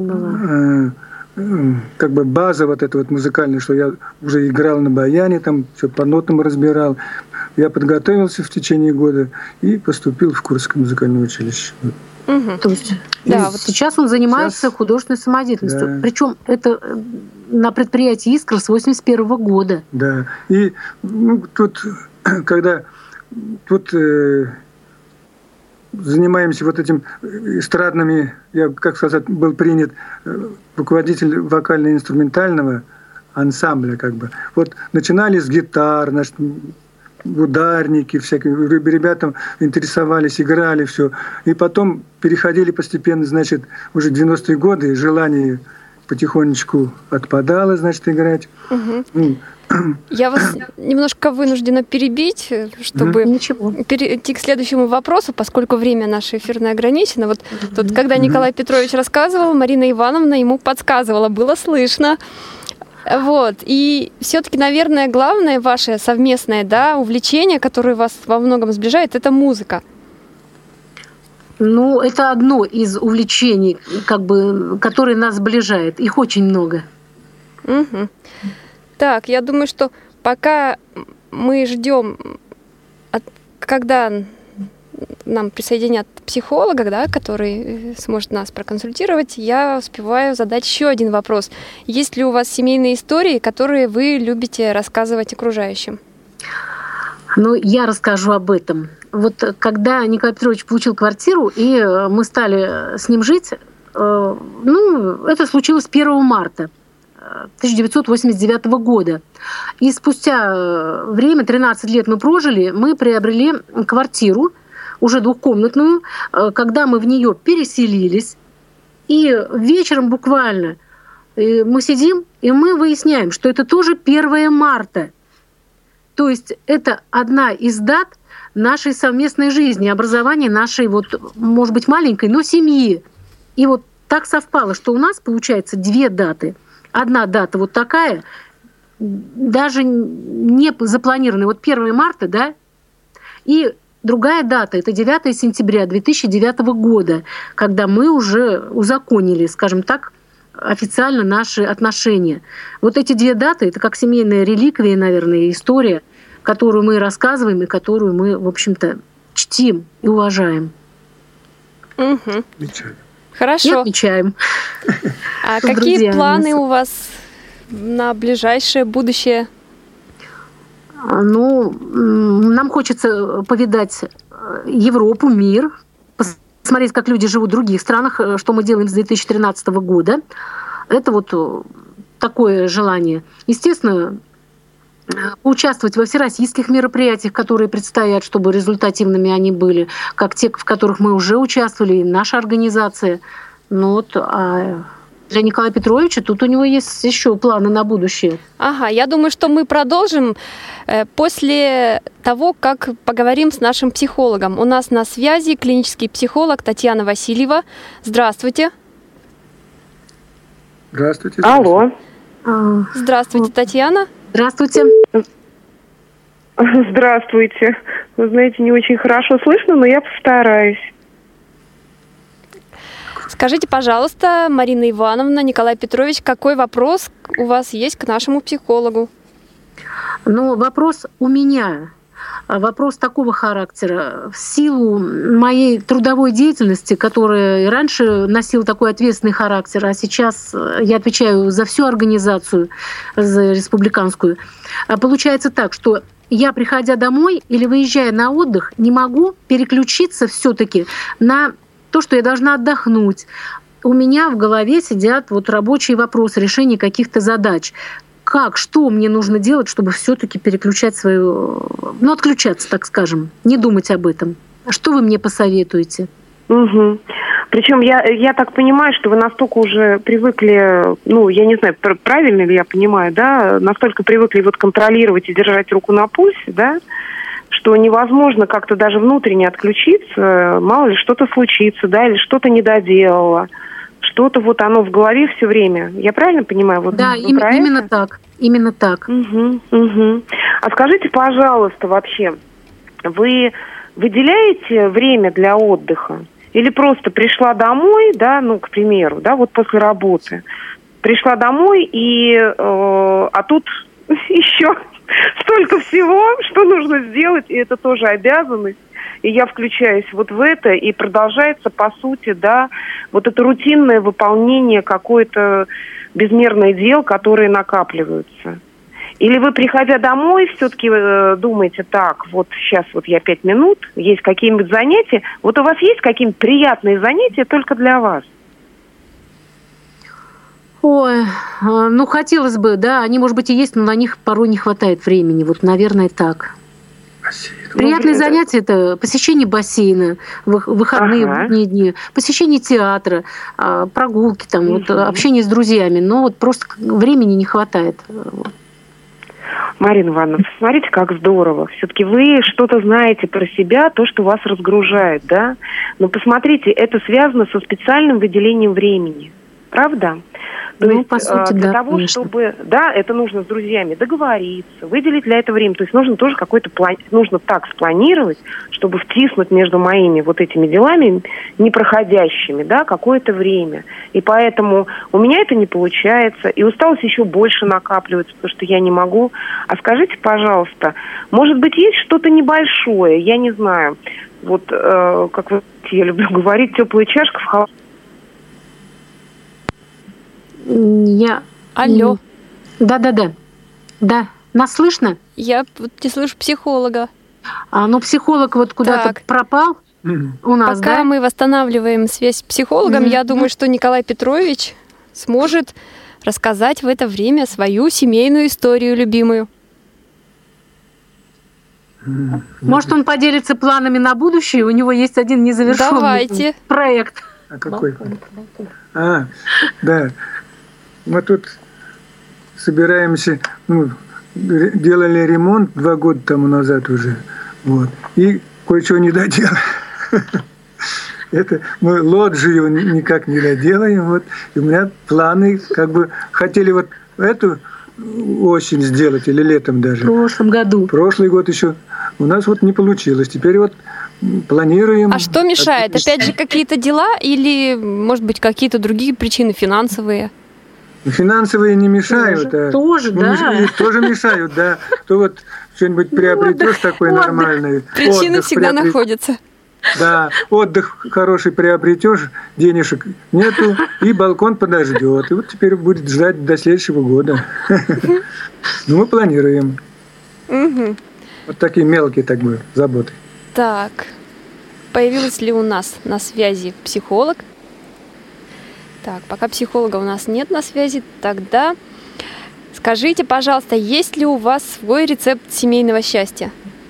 как бы база вот эта вот музыкальная, что я уже играл на баяне, там все по нотам разбирал. Я подготовился в течение года и поступил в Курское музыкальное училище. Угу. То есть, да, вот сейчас он занимается художественной самодеятельностью. Да. Причем это на предприятии «Искра» с 1981 года. Да. И когда занимаемся вот этим эстрадными, я, как сказать, был принят руководитель вокально-инструментального ансамбля, как бы. Вот начинали с гитар, ударники всякие, ребята интересовались, играли, все. И потом переходили постепенно, значит, уже 90-е годы, и желание потихонечку отпадало, значит, играть. Угу. Я вас немножко вынуждена перебить, чтобы перейти к следующему вопросу, поскольку время наше эфирное ограничено. Вот тут, когда Николай Петрович рассказывал, Марина Ивановна ему подсказывала, было слышно. Вот. И все-таки, наверное, главное ваше совместное, да, увлечение, которое вас во многом сближает, это музыка. Ну, это одно из увлечений, как бы, которое нас сближает. Их очень много. Угу. Так, я думаю, что пока мы ждем, когда нам присоединят психолога, да, который сможет нас проконсультировать, я успеваю задать еще один вопрос. Есть ли у вас семейные истории, которые вы любите рассказывать окружающим? Ну, я расскажу об этом. Вот когда Николай Петрович получил квартиру, и мы стали с ним жить, это случилось 1 марта 1989 года. И спустя время, 13 лет мы прожили, мы приобрели квартиру, уже двухкомнатную, когда мы в нее переселились. И вечером буквально мы сидим, и мы выясняем, что это тоже 1 марта. То есть это одна из дат нашей совместной жизни, образования нашей, вот, может быть, маленькой, но семьи. И вот так совпало, что у нас, получается, 2 даты. Одна дата вот такая, даже не запланированная, вот 1 марта, да, и другая дата, это 9 сентября 2009 года, когда мы уже узаконили, скажем так, официально наши отношения. Вот эти 2 даты, это как семейная реликвия, наверное, история, которую мы рассказываем и которую мы, в общем-то, чтим и уважаем. Угу. Хорошо. И отмечаем. А какие планы у вас на ближайшее будущее? Ну, нам хочется повидать Европу, мир, посмотреть, как люди живут в других странах, что мы делаем с 2013 года. Это вот такое желание. Естественно, участвовать во всероссийских мероприятиях, которые предстоят, чтобы результативными они были, как те, в которых мы уже участвовали, и наша организация. Для Николая Петровича тут у него есть еще планы на будущее. Ага, я думаю, что мы продолжим после того, как поговорим с нашим психологом. У нас на связи клинический психолог Татьяна Васильева. Здравствуйте. Здравствуйте. Алло. Здравствуйте, Татьяна. Здравствуйте. Здравствуйте. Вы знаете, не очень хорошо слышно, но я постараюсь. Скажите, пожалуйста, Марина Ивановна, Николай Петрович, какой вопрос у вас есть к нашему психологу? Вопрос у меня. Вопрос такого характера. В силу моей трудовой деятельности, которая и раньше носила такой ответственный характер, а сейчас я отвечаю за всю организацию, за республиканскую, получается так, что я, приходя домой или выезжая на отдых, не могу переключиться все-таки на то, что я должна отдохнуть. У меня в голове сидят рабочие вопросы, решение каких-то задач. Что мне нужно делать, чтобы все-таки переключать отключаться, так скажем, не думать об этом? Что вы мне посоветуете? Угу. Причем я так понимаю, что вы настолько уже привыкли, я не знаю, правильно ли я понимаю, да, настолько привыкли контролировать и держать руку на пульсе, да, что невозможно как-то даже внутренне отключиться, мало ли что-то случится, да, или что-то не доделала. Что-то оно в голове все время. Я правильно понимаю? Да, именно так. Именно так. Угу. А скажите, пожалуйста, вообще, вы выделяете время для отдыха? Или просто пришла домой, да, к примеру, да, после работы, пришла домой а тут еще столько всего, что нужно сделать, и это тоже обязанность. И я включаюсь в это, и продолжается, по сути, да, это рутинное выполнение какое-то безмерное дел, которые накапливаются. Или вы, приходя домой, все-таки думаете, так, сейчас я 5 минут, есть какие-нибудь занятия. У вас есть какие-нибудь приятные занятия только для вас? Ой, хотелось бы, да, они, может быть, и есть, но на них порой не хватает времени. Наверное, так. Приятные занятия – это посещение бассейна в выходные будние дни, посещение театра, прогулки, общение с друзьями. Но просто времени не хватает. Марина Ивановна, смотрите, как здорово. Все-таки вы что-то знаете про себя, то, что вас разгружает, да? Но посмотрите, это связано со специальным выделением времени. Правда? То есть, по сути, для да, того, конечно. чтобы, да, это нужно с друзьями договориться, выделить для этого время. То есть нужно тоже нужно так спланировать, чтобы втиснуть между моими этими делами непроходящими, да, какое-то время. И поэтому у меня это не получается, и усталость еще больше накапливается, потому что я не могу. А скажите, пожалуйста, может быть, есть что-то небольшое, я не знаю, как я люблю говорить, теплая чашка в холодном. Алло. Да. Да, нас слышно? Я не слышу психолога. Психолог куда-то пропал у нас, Пока мы восстанавливаем связь с психологом, я думаю, что Николай Петрович сможет рассказать в это время свою семейную историю любимую. Может, он поделится планами на будущее? У него есть один незавершенный проект. А какой? Да. Мы тут собираемся, делали ремонт 2 года тому назад уже, и кое-что не доделали. Это мы лоджию никак не доделаем, и у меня планы, хотели эту осень сделать или летом даже. В прошлом году. Прошлый год еще у нас не получилось. Теперь планируем. А что мешает? Опять же, какие-то дела или, может быть, какие-то другие причины финансовые? Финансовые не мешают. Тоже, да. Тоже мешают, да. То что-нибудь приобретешь такое нормальное. Причины всегда находятся. Да, отдых хороший приобретешь, денежек нету, и балкон подождет. И теперь будет ждать до следующего года. Мы планируем. Такие мелкие заботы. Так, появился ли у нас на связи психолог? Так, пока психолога у нас нет на связи, тогда Скажите, пожалуйста, есть ли у вас свой рецепт семейного счастья?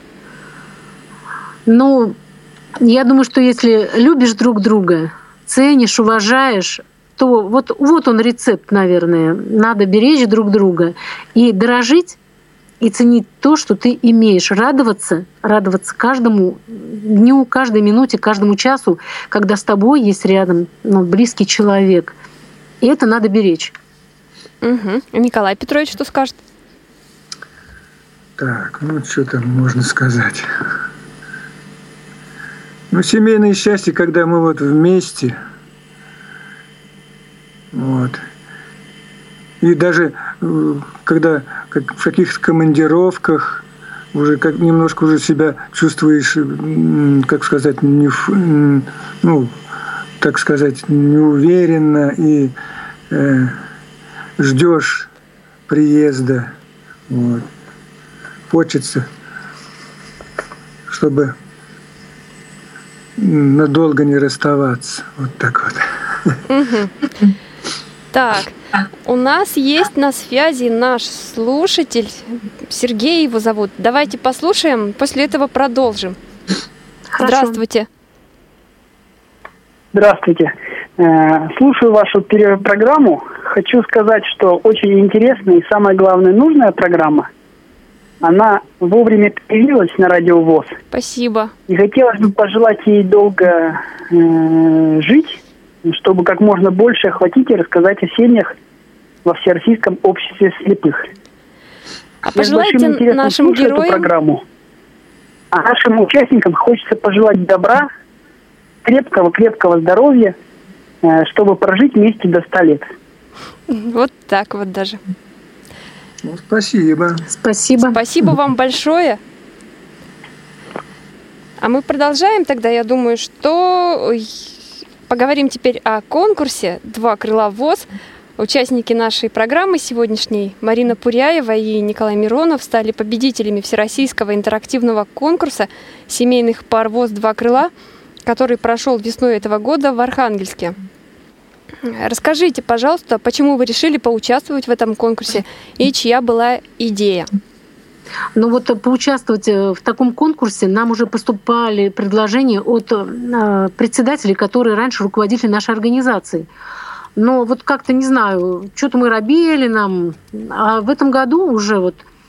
Ну, я думаю, что если любишь друг друга, ценишь, уважаешь, то вот он рецепт, наверное. Надо беречь друг друга и дорожить, и ценить то, что ты имеешь. Радоваться каждому дню, каждой минуте, каждому часу, когда с тобой есть рядом близкий человек. И это надо беречь. Угу. Николай Петрович что скажет? Так, что там можно сказать? Семейное счастье, когда мы вместе. И даже когда в каких-то командировках уже немножко уже себя чувствуешь, неуверенно и ждешь приезда. Хочется, чтобы надолго не расставаться. Вот так вот. Угу. Так, у нас есть на связи наш слушатель. Сергей его зовут. Давайте послушаем, после этого продолжим. Хорошо. Здравствуйте. Здравствуйте. Слушаю вашу программу. Хочу сказать, что очень интересная и, самое главное, нужная программа. Она вовремя появилась на Радио ВОС. Спасибо. И хотелось бы пожелать ей долго жить, чтобы как можно больше охватить и рассказать о семьях во Всероссийском обществе слепых. А пожелайте нашим героям... эту программу. А нашим участникам хочется пожелать добра, крепкого здоровья, чтобы прожить вместе до 100 лет. Вот так вот даже. Спасибо. Спасибо вам большое. А мы продолжаем тогда, я думаю, что поговорим теперь о конкурсе «Два крыла ВОС». Участники нашей программы сегодняшней, Марина Пуряева и Николай Миронов, стали победителями Всероссийского интерактивного конкурса семейных пар ВОС «Два крыла», который прошел весной этого года в Архангельске. Расскажите, пожалуйста, почему вы решили поучаствовать в этом конкурсе и чья была идея? Поучаствовать в таком конкурсе нам уже поступали предложения от председателей, которые раньше руководители нашей организации. Но как-то, не знаю, что-то мы робели нам. А в этом году уже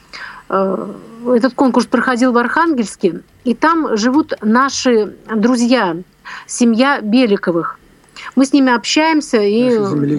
этот конкурс проходил в Архангельске, и там живут наши друзья, семья Беликовых. Мы с ними общаемся, и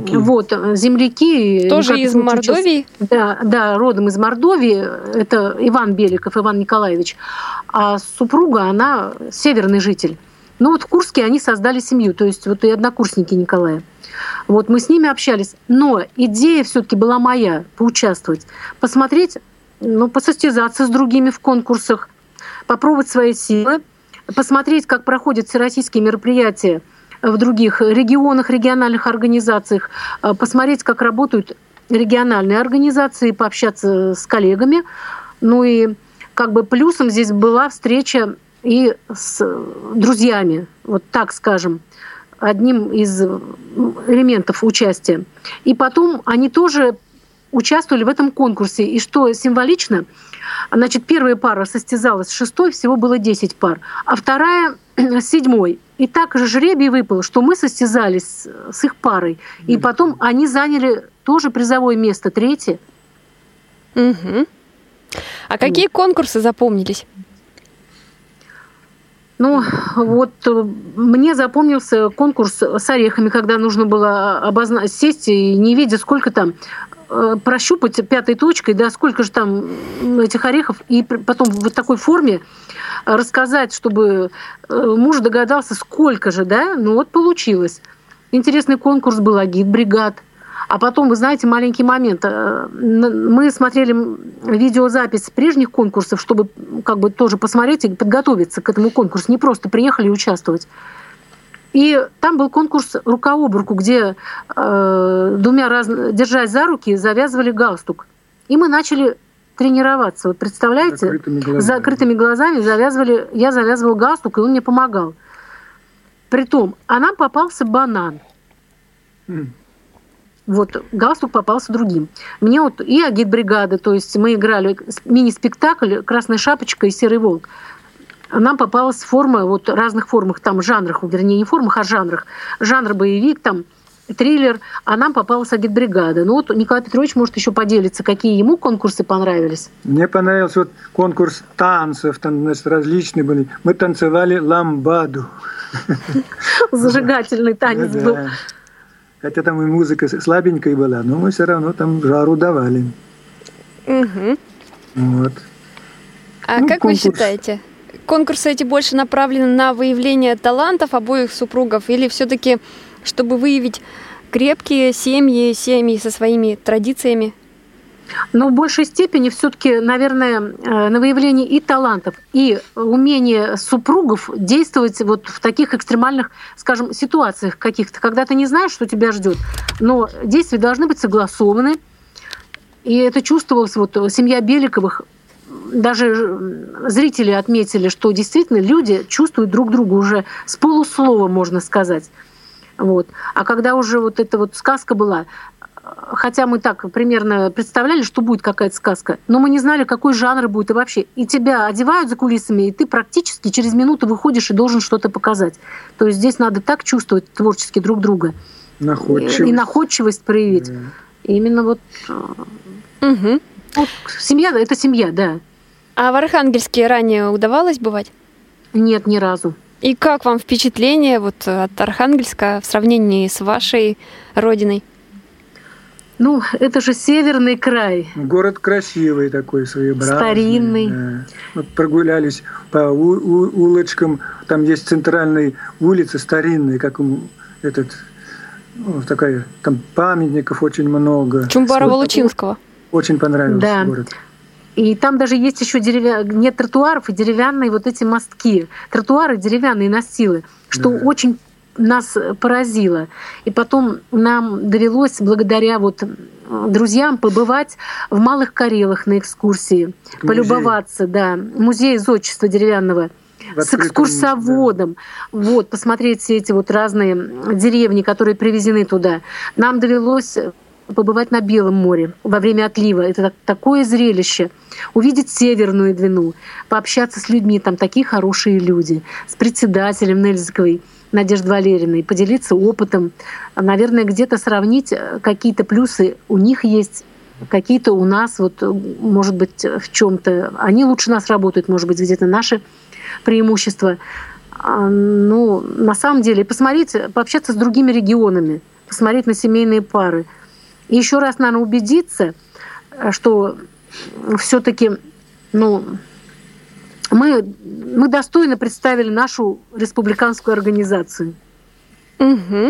земляки. Тоже из Мордовии? Да, родом из Мордовии. Это Иван Беликов, Иван Николаевич. А супруга, она северный житель. В Курске они создали семью, то есть и однокурсники Николая. Мы с ними общались. Но идея все-таки была моя — поучаствовать, посмотреть, посостязаться с другими в конкурсах, попробовать свои силы, посмотреть, как проходят всероссийские мероприятия в других регионах, региональных организациях, посмотреть, как работают региональные организации, пообщаться с коллегами. И плюсом здесь была встреча и с друзьями, так скажем, одним из элементов участия. И потом они тоже участвовали в этом конкурсе. И что символично, первая пара состязалась с 6-й, всего было 10 пар, а вторая с 7-й. И так же жребий выпал, что мы состязались с их парой. И потом они заняли тоже призовое место, 3-е. Угу. А какие конкурсы запомнились? Мне запомнился конкурс с орехами, когда нужно было сесть и, не видя, сколько там, прощупать 5-й точкой, сколько же там этих орехов, и потом в такой форме рассказать, чтобы муж догадался, сколько же, получилось. Интересный конкурс был, агитбригад. А потом, вы знаете, маленький момент. Мы смотрели видеозапись прежних конкурсов, чтобы тоже посмотреть и подготовиться к этому конкурсу. Не просто приехали участвовать. И там был конкурс рука об руку, где держась за руки, завязывали галстук. И мы начали тренироваться. Представляете? С закрытыми глазами я завязывала галстук, и он мне помогал. Притом, а нам попался банан. Вот, галстук попался другим. Мне вот и агитбригада, то есть мы играли мини-спектакль «Красная шапочка» и «Серый волк». Нам попалась форма, вот разных формах, там жанрах, вернее, не формах, а жанрах. Жанр боевик, там триллер, а нам попалась агитбригада. Ну вот Николай Петрович может еще поделиться, какие ему конкурсы понравились. Мне понравился вот конкурс танцев, там, значит, различные были. Мы танцевали ламбаду. Зажигательный танец был. Хотя там и музыка слабенькая была, но мы все равно там жару давали. Вот. А как вы считаете, конкурсы эти больше направлены на выявление талантов обоих супругов или все-таки, чтобы выявить крепкие семьи со своими традициями? Но в большей степени все-таки, наверное, на выявление и талантов, и умение супругов действовать вот в таких экстремальных, скажем, ситуациях каких-то, когда ты не знаешь, что тебя ждет, но действия должны быть согласованы. И это чувствовалось, вот семья Беликовых, даже зрители отметили, что действительно люди чувствуют друг друга уже с полуслова, можно сказать. Вот. А когда уже вот эта вот сказка была, хотя мы так примерно представляли, что будет какая-то сказка, но мы не знали, какой жанр будет и вообще. И тебя одевают за кулисами, и ты практически через минуту выходишь и должен что-то показать. То есть здесь надо так чувствовать творчески друг друга. Находчивость. И находчивость проявить. Да. Именно вот... Вот семья — это семья, да. А в Архангельске ранее удавалось бывать? Нет, ни разу. И как вам впечатление вот от Архангельска в сравнении с вашей родиной? Ну, это же северный край. Город красивый такой, своеобразный. Старинный. Да. Вот прогулялись по улочкам. Там есть центральные улицы старинные, как такая, там памятников очень много. Чумбарова-Лучинского. Очень понравился город. И там даже есть еще нет тротуаров и деревянные вот эти мостки. Тротуары деревянные настилы, что очень нас поразило. И потом нам довелось, благодаря вот друзьям, побывать в Малых Карелах на экскурсии, полюбоваться, музей зодчества деревянного с экскурсоводом, вот, посмотреть все эти вот разные деревни, которые привезены туда. Нам довелось побывать на Белом море во время отлива. Это такое зрелище. Увидеть Северную Двину, пообщаться с людьми, там такие хорошие люди, с председателем Нельзиковой Надеждой Валерьевной, поделиться опытом, наверное, где-то сравнить, какие-то плюсы у них есть, какие-то у нас, вот, может быть, в чем-то они лучше нас работают, может быть, где-то наши преимущества. Ну, на самом деле, посмотреть, пообщаться с другими регионами, посмотреть на семейные пары. И еще раз, наверное, убедиться, что все-таки, мы достойно представили нашу республиканскую организацию. Угу.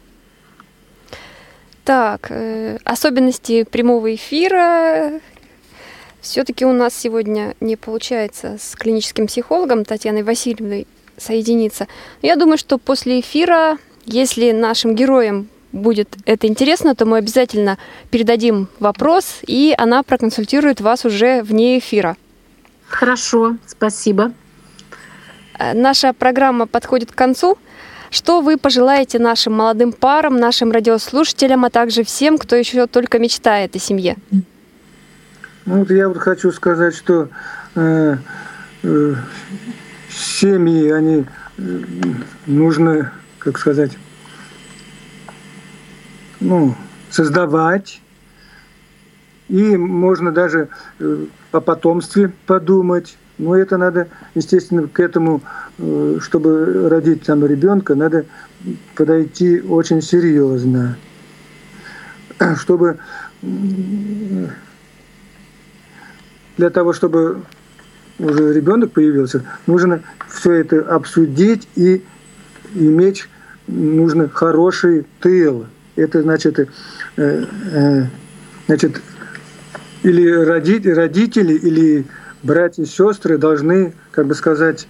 Так, особенности прямого эфира. Все-таки у нас сегодня не получается с клиническим психологом Татьяной Васильевной соединиться. Но я думаю, что после эфира, если нашим героям будет это интересно, то мы обязательно передадим вопрос, и она проконсультирует вас уже вне эфира. Хорошо, спасибо. Наша программа подходит к концу. Что вы пожелаете нашим молодым парам, нашим радиослушателям, а также всем, кто еще только мечтает о семье? Я вот хочу сказать, что семьи, они нужно, как сказать, создавать, и можно даже о потомстве подумать. Но это надо, естественно, к этому, чтобы родить там ребенка, надо подойти очень серьезно, чтобы для того, чтобы уже ребенок появился, нужно все это обсудить и иметь нужно хороший тыл. Это значит, или родители, или братья и сестры должны, как бы сказать,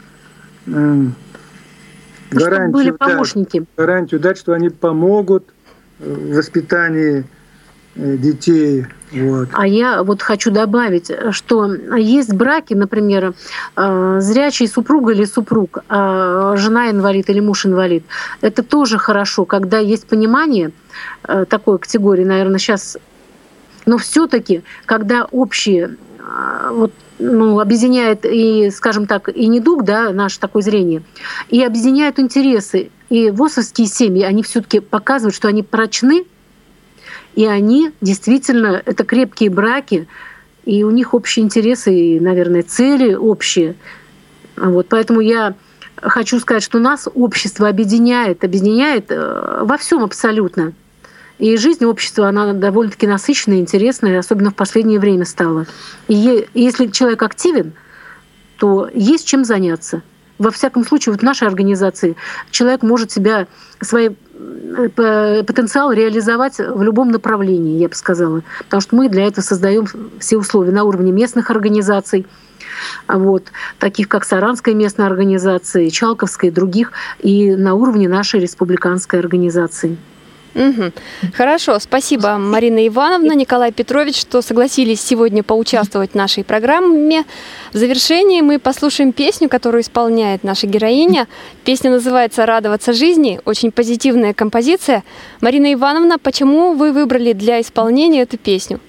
гарантию дать, что они помогут в воспитании детей. Вот. А я вот хочу добавить, что есть браки, например, зрячий супруг или супруг, а жена инвалид или муж инвалид. Это тоже хорошо, когда есть понимание такой категории, наверное, сейчас. Но все-таки, когда общие вот, объединяет и, скажем так, и недуг, да, наше такое зрение, и объединяют интересы. И ВОСовские семьи, они все-таки показывают, что они прочны, и они действительно, это крепкие браки, и у них общие интересы и, наверное, цели общие. Вот, поэтому я хочу сказать, что нас общество объединяет во всем абсолютно. И жизнь общества, она довольно-таки насыщенная, интересная, особенно в последнее время стала. И если человек активен, то есть чем заняться. Во всяком случае, вот в нашей организации человек может свой потенциал реализовать в любом направлении, я бы сказала. Потому что мы для этого создаем все условия на уровне местных организаций, вот, таких как Саранская местная организация, Чалковская и других, и на уровне нашей республиканской организации. Угу. Хорошо, спасибо, Марина Ивановна, Николай Петрович, что согласились сегодня поучаствовать в нашей программе. В завершении мы послушаем песню, которую исполняет наша героиня. Песня называется «Радоваться жизни», очень позитивная композиция. Марина Ивановна, почему вы выбрали для исполнения эту песню?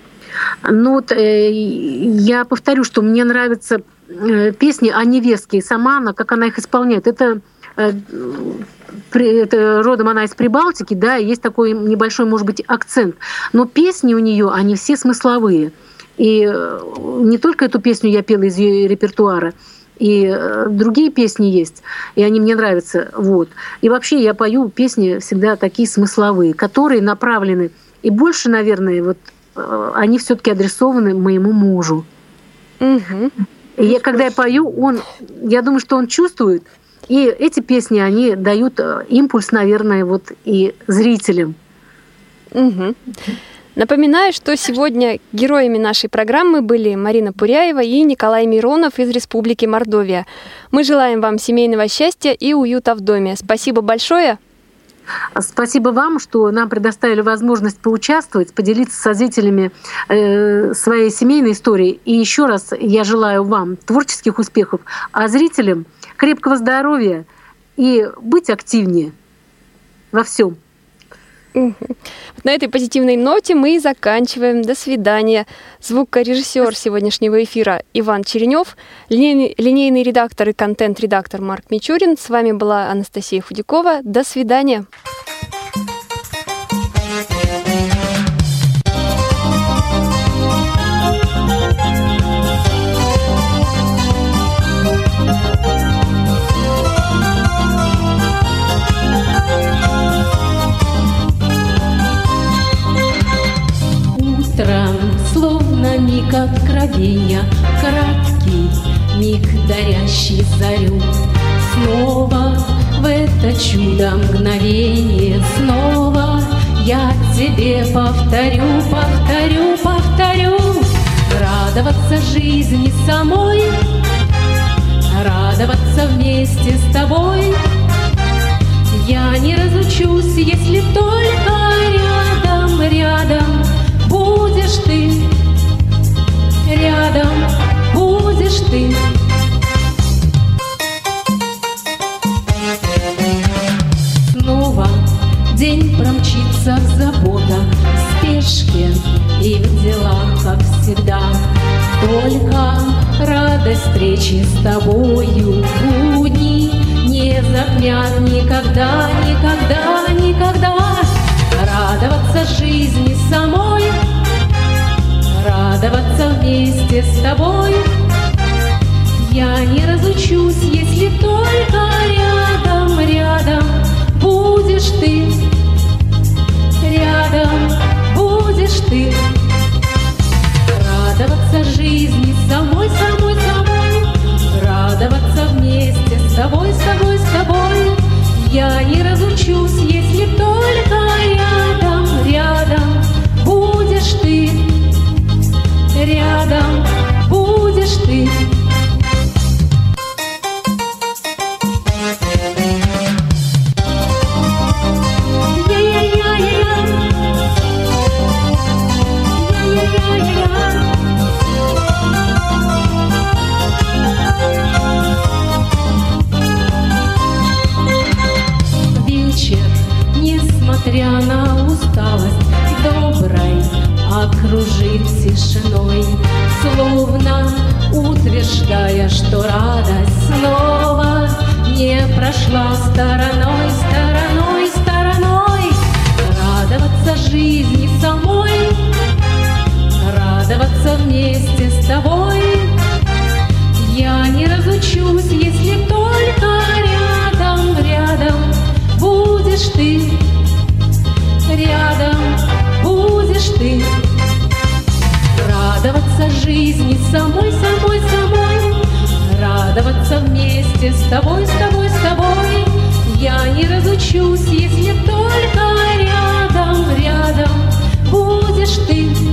Я повторю, что мне нравятся песни о невестке, и сама она, как она их исполняет. Это родом она из Прибалтики, да, и есть такой небольшой, может быть, акцент. Но песни у нее, они все смысловые. И не только эту песню я пела из ее репертуара, и другие песни есть, и они мне нравятся. Вот. И вообще я пою песни всегда такие смысловые, которые направлены, и больше, наверное, вот они все-таки адресованы моему мужу. Угу. И когда я пою, я думаю, что он чувствует. И эти песни, они дают импульс, наверное, вот и зрителям. Угу. Напоминаю, что сегодня героями нашей программы были Марина Пуряева и Николай Миронов из Республики Мордовия. Мы желаем вам семейного счастья и уюта в доме. Спасибо большое. Спасибо вам, что нам предоставили возможность поучаствовать, поделиться со зрителями своей семейной историей. И еще раз я желаю вам творческих успехов, а зрителям крепкого здоровья и быть активнее во всем. На этой позитивной ноте мы и заканчиваем. До свидания. Звукорежиссер сегодняшнего эфира Иван Черенев, линейный редактор и контент-редактор Марк Мичурин. С вами была Анастасия Худякова. До свидания. Словно миг откровения, краткий миг, дарящий зарю. Снова в это чудо мгновение, снова я тебе повторю, повторю, повторю. Радоваться жизни самой, радоваться вместе с тобой. Я не разучусь, если только рядом, рядом будешь ты, рядом будешь ты. Снова день промчится в заботах, в спешке и в делах, как всегда. Только радость встречи с тобою, будни не затмят никогда, никогда, никогда. Радоваться жизни самой, радоваться вместе с тобой. Я не разучусь, если только рядом, рядом будешь ты, рядом будешь ты. Радоваться жизни самой, самой, самой, радоваться вместе с тобой, с тобой, с тобой. Я не разучусь, если только рядом, рядом будешь ты, рядом будешь ты. несмотря на усталость, доброй окружит тишиной, словно утверждая, что радость снова не прошла стороной, стороной, стороной. Радоваться жизни самой, радоваться вместе с тобой. Я не разучусь, если только рядом, рядом будешь ты, рядом будешь ты. Радоваться жизни самой, самой, самой, радоваться вместе с тобой, с тобой, с тобой. Я не разучусь, если только рядом, рядом будешь ты.